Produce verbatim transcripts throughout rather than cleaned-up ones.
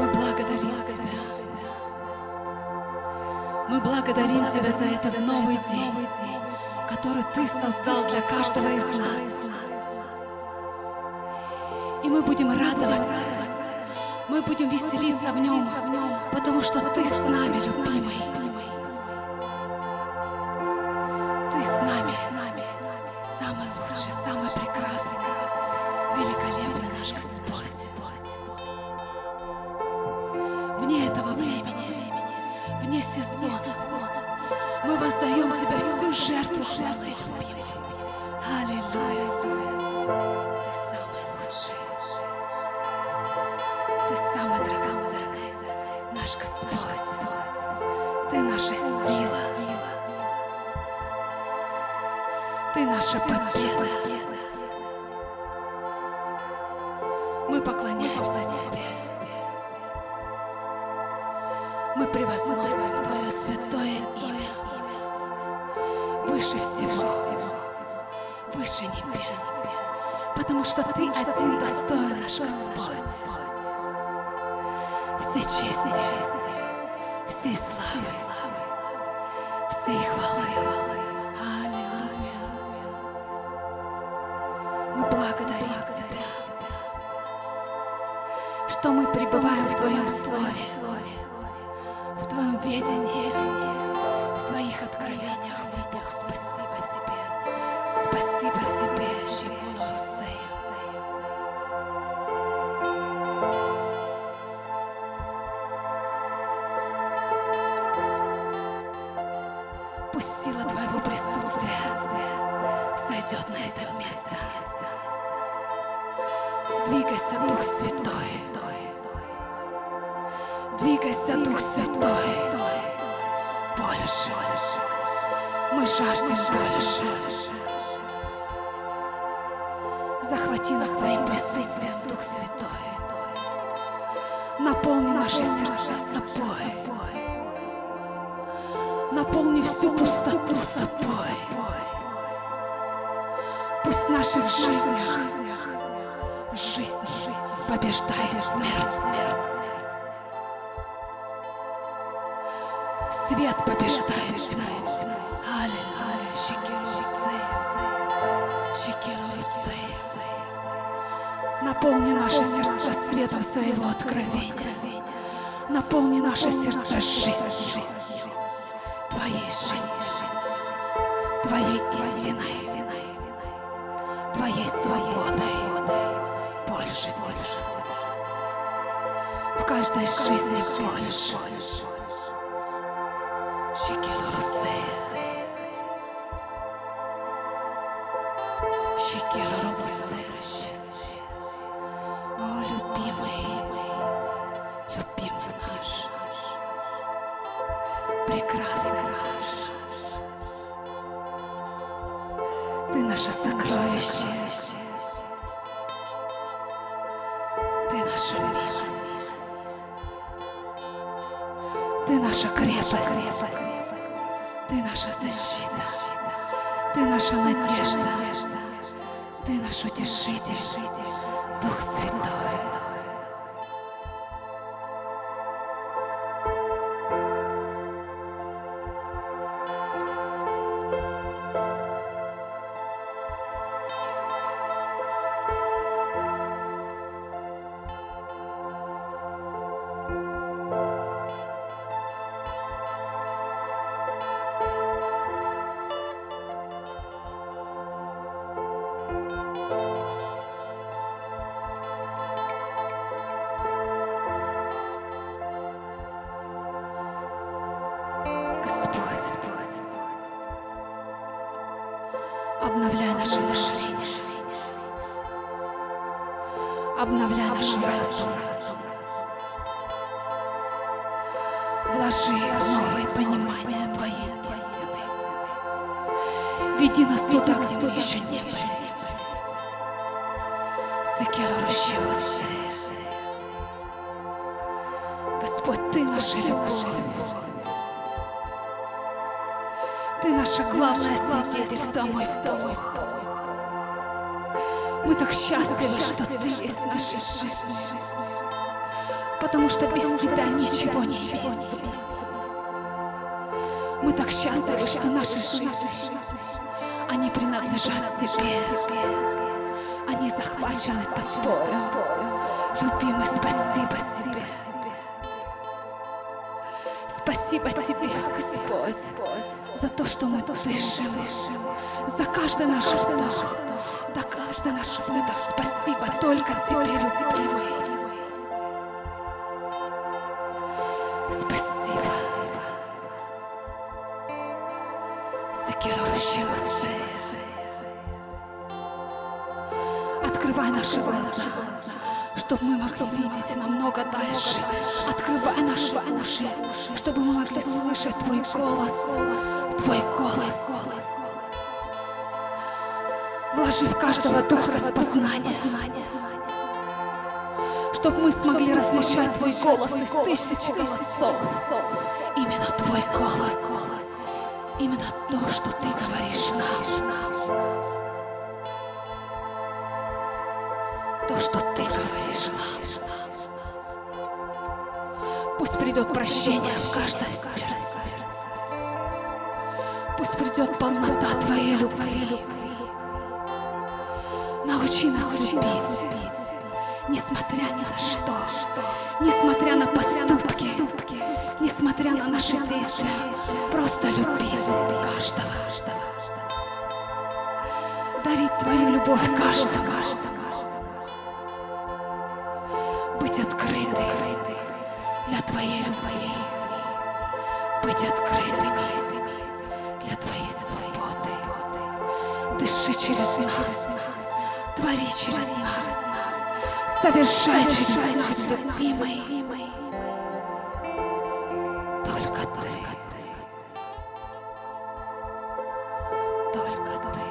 благодарим Тебя. Мы благодарим Тебя за этот новый день, который Ты создал для каждого из нас. И мы будем радоваться, мы будем веселиться в нем, потому что Ты с нами, любимый. Ты с нами, самый лучший, самый прекрасный, великолепный наш Господь. Вне этого времени, вне сезона, мы воздаем Тебе всю жертву хвалы, любимый. Аллилуйя. Ты самый лучший. Ты самый драгоценный, наш Господь. Ты наша сила. Ты наша победа. Мы поклоняемся Тебе. Мы превозносим Твое святое имя. Выше всего, выше небес, потому что Ты один достоин, наш Господь. Всей чести, всей славы, всей хвалы. Аллилуйя. Мы благодарим Тебя, что мы пребываем в Твоем Слове, в Твоем ведении, в Твоих откровениях. Мой Бог, спасибо Тебе. Спасибо Тебе, Шикула Русея. Пусть сила Твоего присутствия сойдет на это место. Двигайся, Дух Святой. Двигайся, Дух Святой. Больше. Мы жаждем больше. Захвати нас своим присутствием, Дух Святой. Наполни наши сердца собой. Наполни всю пустоту собой. Пусть в наших жизнях жизнь побеждает смерть. Свет побеждает тьму. Аллилуйя. Шикелу Русея. Шикелу Русея. Наполни наши сердца светом своего откровения. Наполни наши сердца жизнью. Твоей жизнью. Твоей истиной. Твоей свободой. Больше Тебя. В каждой жизни больше. Шикелу Русея. Шикелу Русея. О, любимый, любимый наш, прекрасный наш. Ты наше сокровище. Ты наша милость. Ты наша крепость. Ты наша защита. Ты наша надежда. Ты наш утешитель, Дух Святой. Обновляй наше мышление, обновляй наш разум, вложи новое понимание Твоей истины. Веди нас туда, где мы еще не были. Господь, Ты наша любовь. Ты наше главное свидетельство, мой Бог. Мы так счастливы, что Ты есть в нашей жизни. потому что без Тебя ничего не имеет смысла. Мы так счастливы, что наши жизни, они принадлежат Тебе. Они захвачены Тобою. Любимый, спасибо Тебе. Спасибо Тебе, Господь, за то, что мы дышим, за каждый наш вдох, за каждый наш выдох. Спасибо только Тебе, любимый. Спасибо. Открывай наши глаза, чтобы мы могли видеть намного дальше. Открывай наши уши, чтобы мы могли слышать Твой голос, Твой голос. Вложи в каждого дух распознания, чтобы мы смогли различать Твой голос из тысячи голосов. Именно Твой голос, именно то, что Ты говоришь нам. То, что Ты говоришь нам. Пусть придет прощение в каждое сердце. Пусть придет полнота Твоей любви. Научи нас любить, несмотря ни на что, несмотря на поступки, несмотря на наши действия. Просто любить каждого. Дарить Твою любовь каждому. Быть открыты для Твоей любви, быть открытыми для Твоей свободы. Дыши через нас, твори через нас, совершай через нас, любимый. Только Ты, только Ты.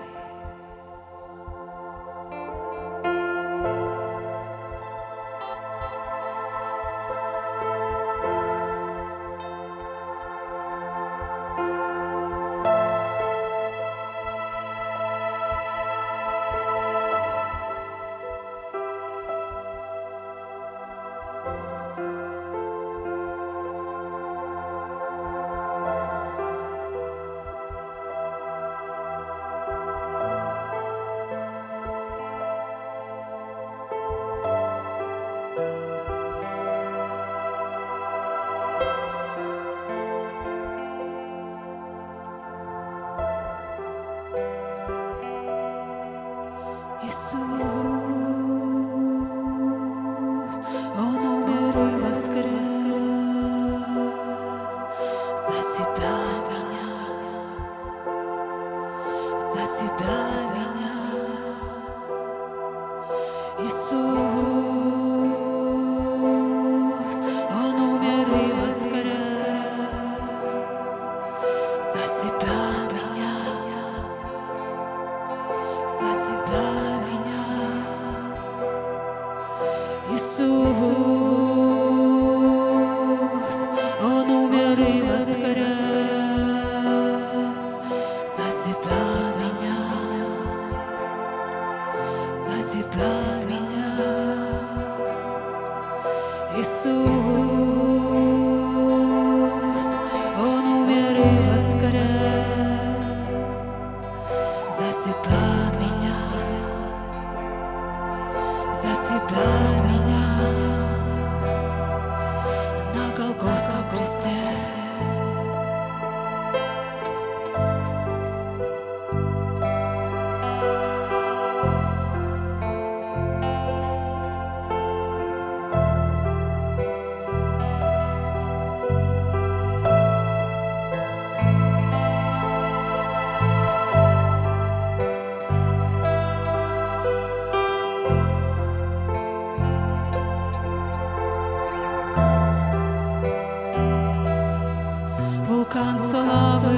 Вулкан славы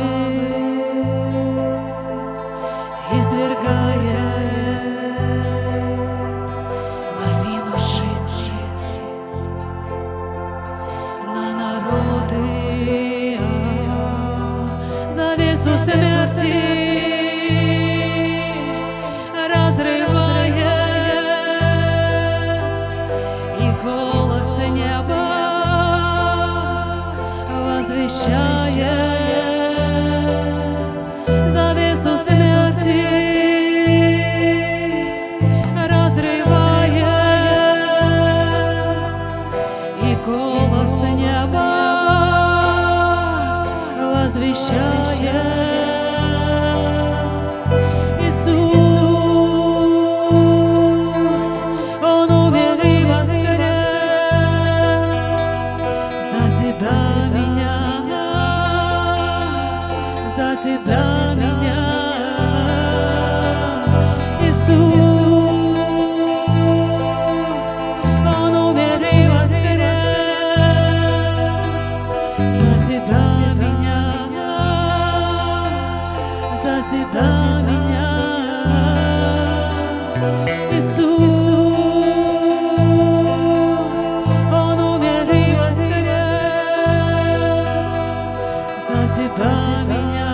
извергает лавину жизни на народы, завесу смерти разрывает, и голос не возвещает завесу смерти, разрывает, и голос неба возвещает. За тебя меня, Иисус, Он умер и воскрес. За тебя меня, за тебя меня, Иисус, Он умер и воскрес. За тебя меня,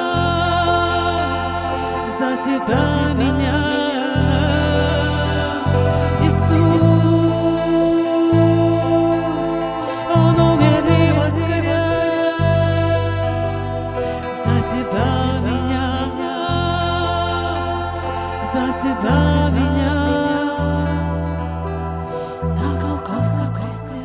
за тебя меня, Иисус, Он умер и воскрес. За тебя меня, за тебя меня, на Голгофском кресте.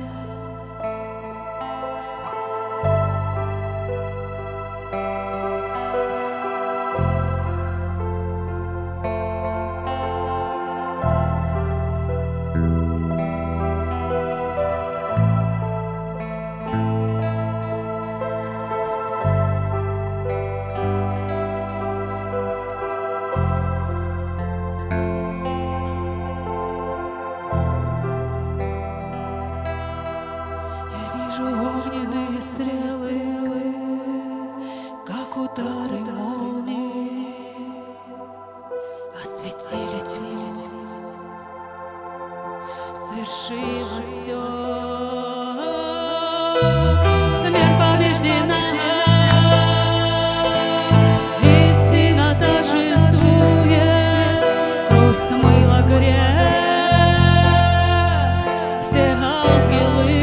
Огненные стрелы, как удары молнии, осветили тьму. Свершилось все, смерть побеждена, истина торжествует, кровь смыла грех, все ангелы.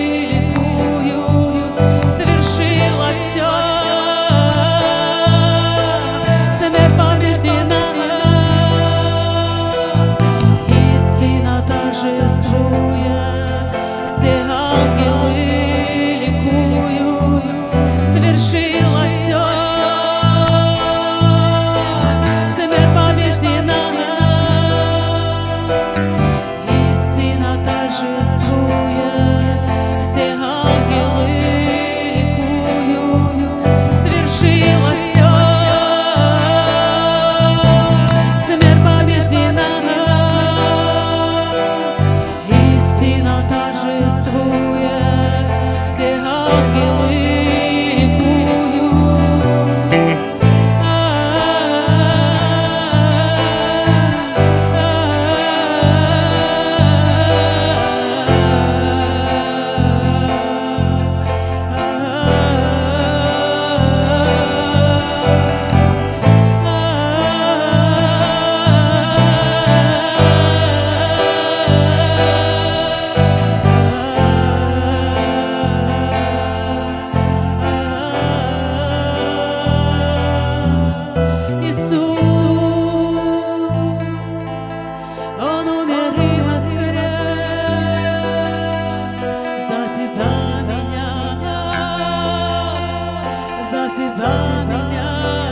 За тебя меня,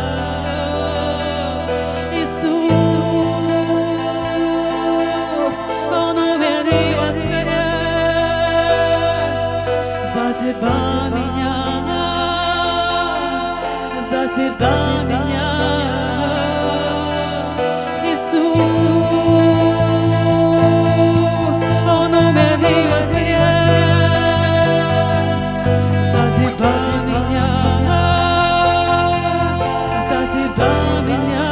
Иисус, Он умер и воскрес. За тебя меня, за тебя меня, Иисус, Он умер и воскрес. За тебя меня, за тебя меня,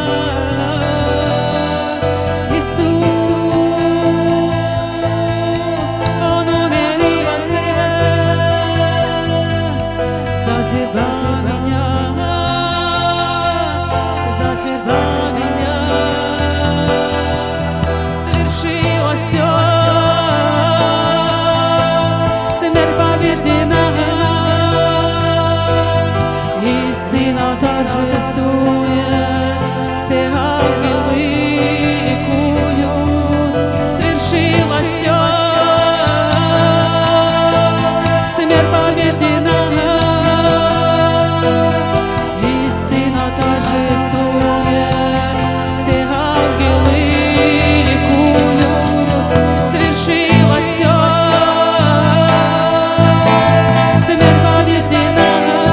Иисус, Он умер и воскрес. За тебя меня, торжествует, все ангелы ликуют, свершилось все, смерть побеждена, истина торжествует, все ангелы ликуют, свершилось все, смерть побеждена.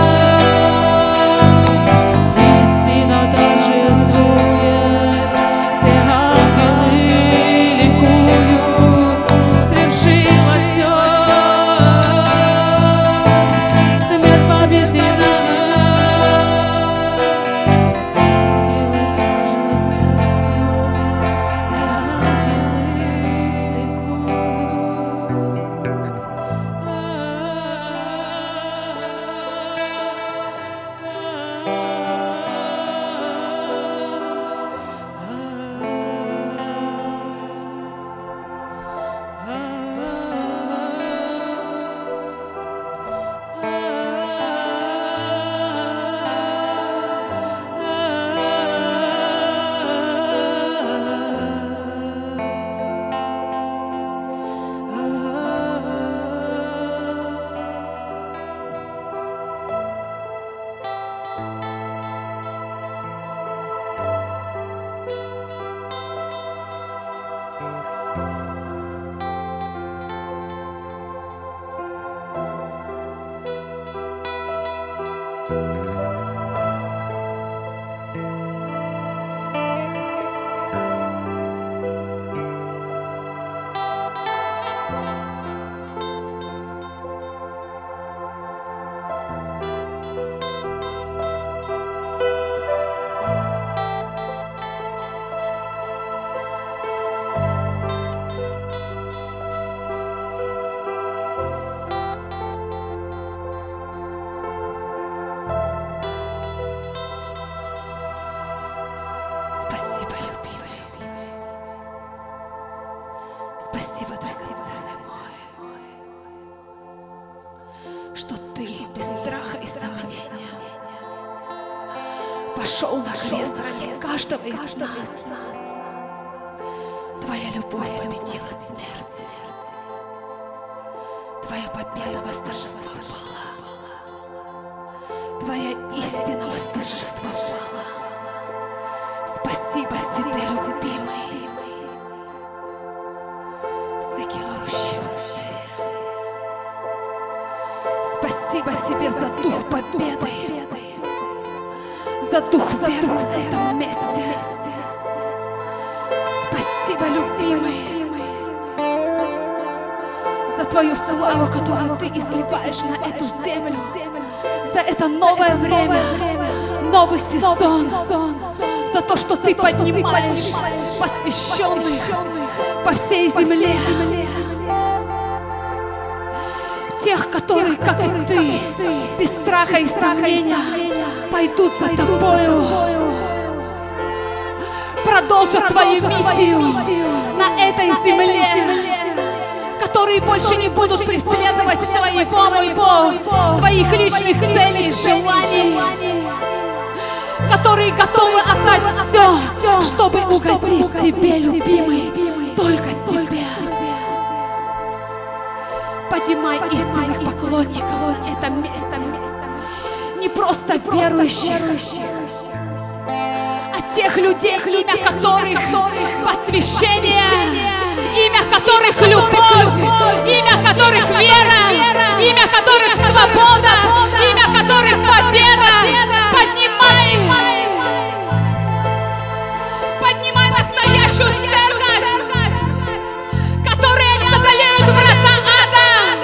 Спасибо, любимый. Спасибо, драгоценный мой, что ты без страха и сомнения пошел на крест ради каждого из нас. Твоя любовь победила смерть. Твоя победа восторжествовала. Твоя истина восторжествовала. Спасибо тебе, любимый. Спасибо тебе за дух победы, за дух веры в этом месте. Спасибо, любимый, за твою славу, которую ты изливаешь на эту землю, за это новое время, новый сезон, за то, что ты поднимаешь посвященных по всей земле, тех, которые, как и ты, без страха и сомнения пойдут за тобою, продолжат твою миссию на этой земле, которые больше не будут преследовать своего, мой Бог, своих личных целей и желаний, которые готовы отдать все, чтобы угодить тебе, любимый, только тебе. Поднимай истинных поклонников на этом месте, не просто верующих, а тех людей, имя которых посвящение, имя которых любовь, имя которых вера, имя которых свобода, имя которых победа. Поднимай, поднимай настоящую церковь, которая не одолеют врата ада.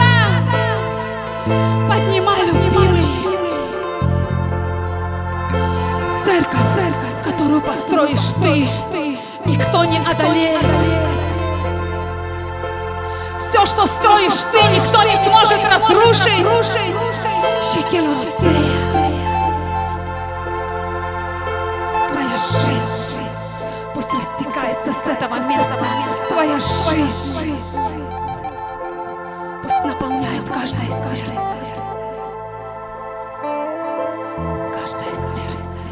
Поднимай, любимый, церковь, которую построишь ты, никто не одолеет. Все, что строишь ты, никто не сможет разрушить. Твоя жизнь пусть растекается с этого места. Твоя жизнь пусть наполняет каждое сердце. Каждое сердце.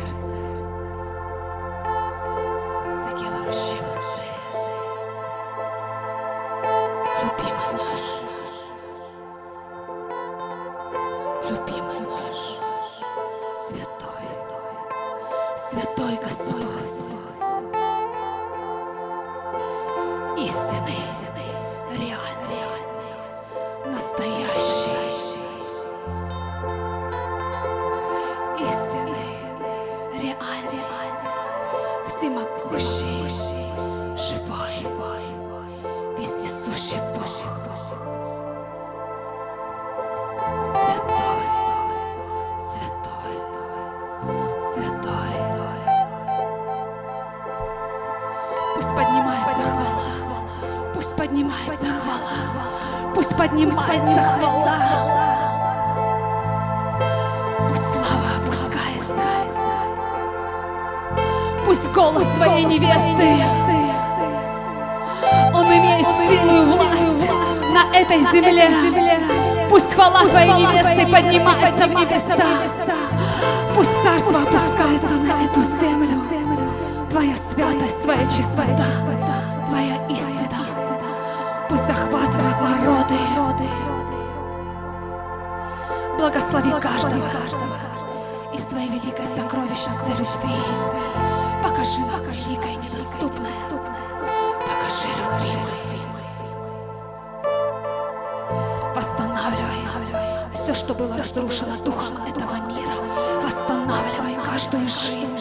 Святой Господь, истинный, реальный, настоящий, истинный, реальный, всемогущий, живой, вездесущий Бог. Святой, святой, святой. Пусть поднимается хвала, пусть поднимается хвала, пусть поднимается хвала. Пусть слава опускается, пусть голос твоей невесты, он имеет силу и власть на этой земле. Пусть хвала твоей невесты поднимается в небеса. Пусть царство опускается на эту землю. Твоя святость, твоя чистота, твоя истина пусть захватывает народы. Благослови каждого из твоей великой сокровищницы любви. Покажи нам великое и недоступное. Покажи, любимый. Восстанавливай все, что было разрушено духом этого мира. Восстанавливай каждую жизнь.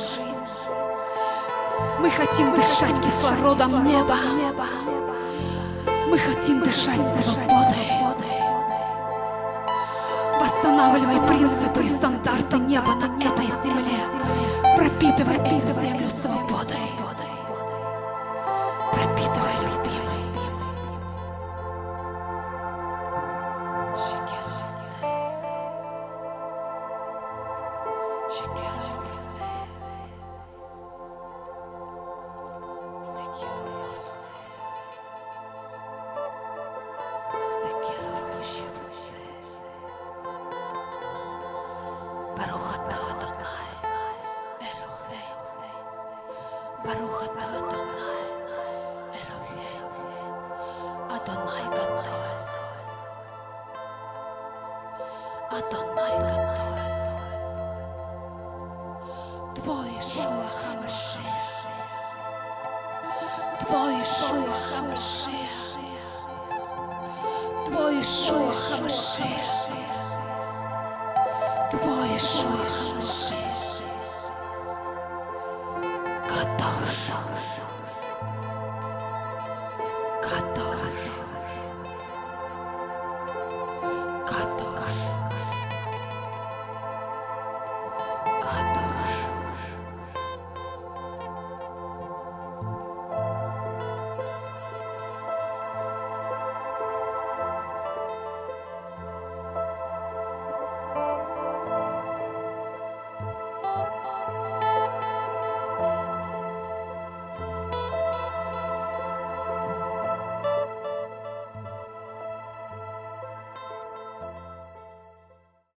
Мы хотим дышать кислородом неба. Мы хотим дышать свободой. Восстанавливай принципы и стандарты неба на этой земле. Пропитывай эту землю свободой. Пропитывай, любимый. Baruch atah Adonai Eloheinu, Baruch atah Adonai Eloheinu, Adonai Gadol, Adonai Gadol. Твой Иешуа Хамашиах, Твой Иешуа Хамашиах, Твой Иешуа Хамашиах, Твой Иешуа Хамашиах.